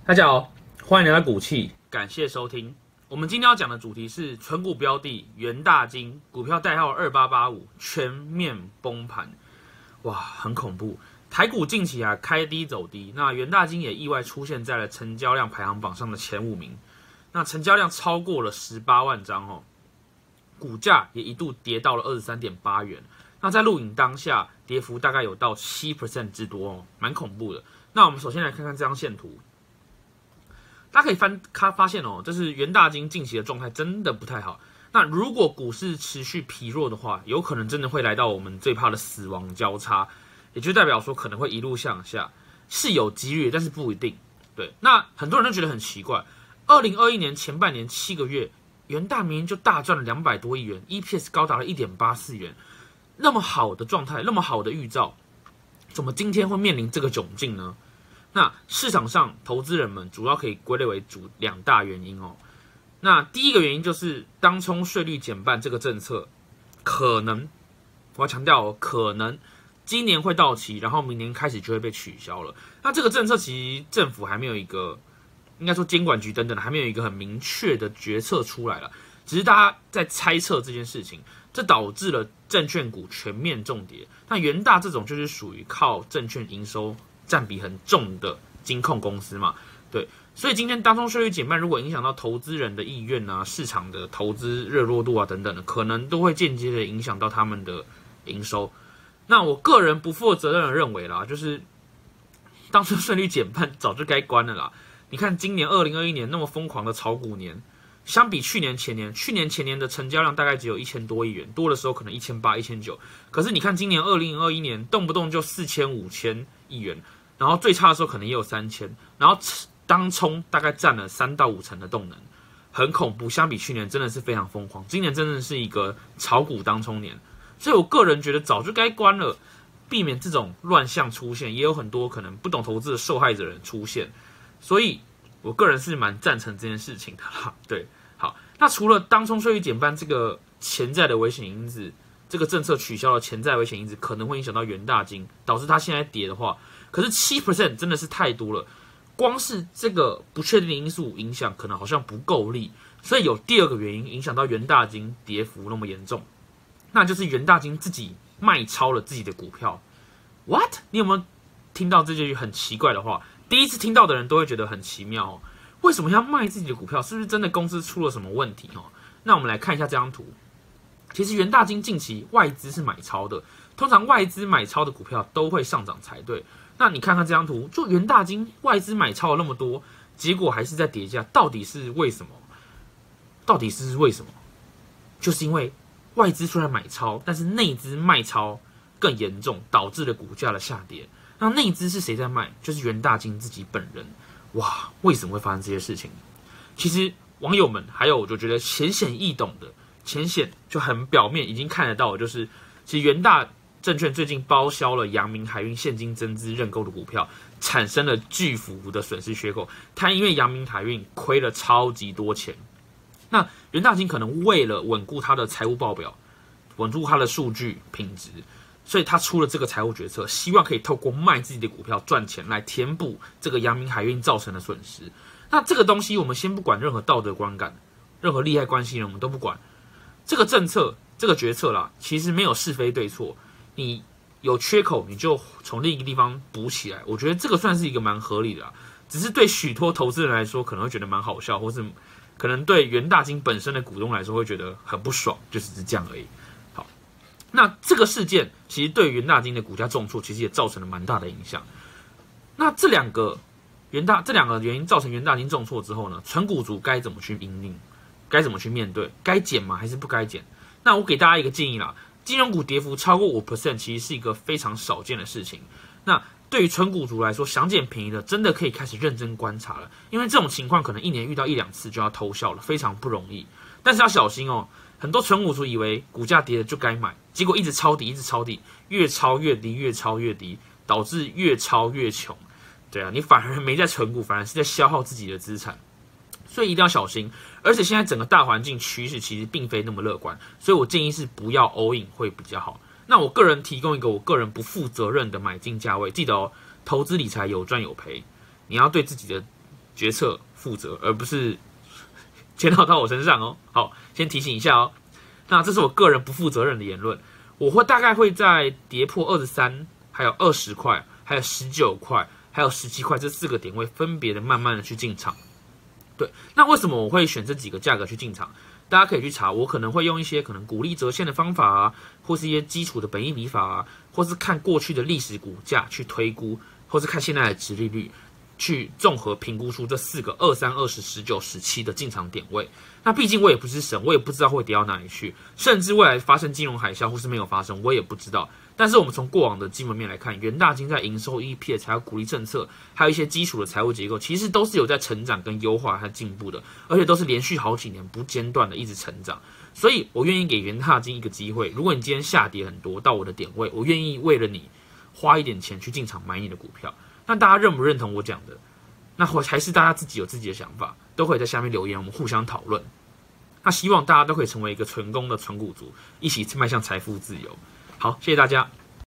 大家好，欢迎来到股气，感谢收听。我们今天要讲的主题是存股标的元大金，股票代号2885，全面崩盘，哇，很恐怖。台股近期开低走低，那元大金也意外出现在了成交量排行榜上的前5名，那成交量超过了18万张哦，股价也一度跌到了23.8元。那在录影当下，跌幅大概有到7% 之多哦，蛮恐怖的。那我们首先来看看这张线图。大家可以发现哦，就是元大金近期的状态真的不太好。那如果股市持续疲弱的话，有可能真的会来到我们最怕的死亡交叉，也就代表说可能会一路向下，是有几率，但是不一定。对，那很多人都觉得很奇怪，2021年前半年7个月，元大明明就大赚了200多亿元 ，EPS 高达了1.84元，那么好的状态，那么好的预兆，怎么今天会面临这个窘境呢？那市场上投资人们主要可以归类为2大原因哦。那第一个原因就是当冲税率减半这个政策，可能我要强调哦，可能今年会到期，然后明年开始就会被取消了。那这个政策其实政府还没有一个，应该说监管局等等的还没有一个很明确的决策出来了，只是大家在猜测这件事情，这导致了证券股全面重跌。那元大这种就是属于靠证券营收占比很重的金控公司嘛，对，所以今天当冲税率减半，如果影响到投资人的意愿啊、市场的投资热络度啊等等的，可能都会间接的影响到他们的营收。那我个人不负责任的认为啦，就是当冲税率减半早就该关了啦。你看今年2021年那么疯狂的炒股年，相比去年前年的成交量大概只有1000多亿元，多的时候可能1800、1900，可是你看今年2021年动不动就4000、5000亿元。然后最差的时候可能也有3000，然后当冲大概占了3到5成的动能，很恐怖。相比去年真的是非常疯狂，今年真的是一个炒股当冲年，所以我个人觉得早就该关了，避免这种乱象出现。也有很多可能不懂投资的受害者人出现，所以我个人是蛮赞成这件事情的啦。对，好，那除了当冲税率减半这个潜在的危险因子，这个政策取消的潜在危险因子可能会影响到元大金，导致它现在跌的话。可是7% 真的是太多了，光是这个不确定的因素影响，可能好像不够力，所以有第二个原因影响到元大金跌幅那么严重，那就是元大金自己卖超了自己的股票。What？ 你有没有听到这句很奇怪的话？第一次听到的人都会觉得很奇妙哦，为什么要卖自己的股票？是不是真的公司出了什么问题哦？那我们来看一下这张图，其实元大金近期外资是买超的，通常外资买超的股票都会上涨才对。那你看看这张图，就元大金外资买超了那么多，结果还是在跌价，到底是为什么？就是因为外资虽然买超，但是内资卖超更严重，导致了股价的下跌。那内资是谁在卖？就是元大金自己本人。哇，为什么会发生这些事情？其实网友们还有我就觉得浅显易懂的，浅显就很表面已经看得到的，就是其实元大证券最近包销了阳明海运现金增资认购的股票，产生了巨幅的损失缺口。它因为阳明海运亏了超级多钱，那元大金可能为了稳固它的财务报表，稳住它的数据品质，所以他出了这个财务决策，希望可以透过卖自己的股票赚钱来填补这个阳明海运造成的损失。那这个东西我们先不管任何道德观感，任何利害关系人我们都不管，这个政策这个决策啦，其实没有是非对错。你有缺口，你就从另一个地方补起来。我觉得这个算是一个蛮合理的啦，只是对许多投资人来说可能会觉得蛮好笑，或是可能对元大金本身的股东来说会觉得很不爽，就只是这样而已。好，那这个事件其实对元大金的股价重挫，其实也造成了蛮大的影响。那这两个原因造成元大金重挫之后呢，存股族该怎么去因应？该怎么去面对？该减吗？还是不该减？那我给大家一个建议啦。金融股跌幅超过5%，其实是一个非常少见的事情。那对于存股族来说，想捡便宜的，真的可以开始认真观察了，因为这种情况可能1年遇到1-2次就要偷笑了，非常不容易。但是要小心哦，很多存股族以为股价跌了就该买，结果一直抄底，一直抄底，越抄越低，越抄越低，导致越抄越穷。对啊，你反而没在存股，反而是在消耗自己的资产。所以一定要小心，而且现在整个大环境趋势其实并非那么乐观，所以我建议是不要 all in 会比较好。那我个人提供一个我个人不负责任的买进价位，记得哦，投资理财有赚有赔，你要对自己的决策负责，而不是检讨到我身上哦。好，先提醒一下哦。那这是我个人不负责任的言论，我大概会在跌破23，还有20块，还有19块，还有17块这4个点位分别的慢慢的去进场。对，那为什么我会选这几个价格去进场？大家可以去查，我可能会用一些可能股利折现的方法啊，或是一些基础的本益比法啊，或是看过去的历史股价去推估，或是看现在的殖利率，去综合评估出这4个23、20、19、17的进场点位。那毕竟我也不是神，我也不知道会跌到哪里去，甚至未来发生金融海啸或是没有发生，我也不知道。但是我们从过往的基本面来看，元大金在营收、EPS 还有股利政策，还有一些基础的财务结构，其实都是有在成长跟优化和进步的，而且都是连续好几年不间断的一直成长。所以我愿意给元大金一个机会，如果你今天下跌很多到我的点位，我愿意为了你花一点钱去进场买你的股票。那大家认不认同我讲的？那还是大家自己有自己的想法，都可以在下面留言，我们互相讨论。那希望大家都可以成为一个成功的存股族，一起迈向财富自由。好，谢谢大家。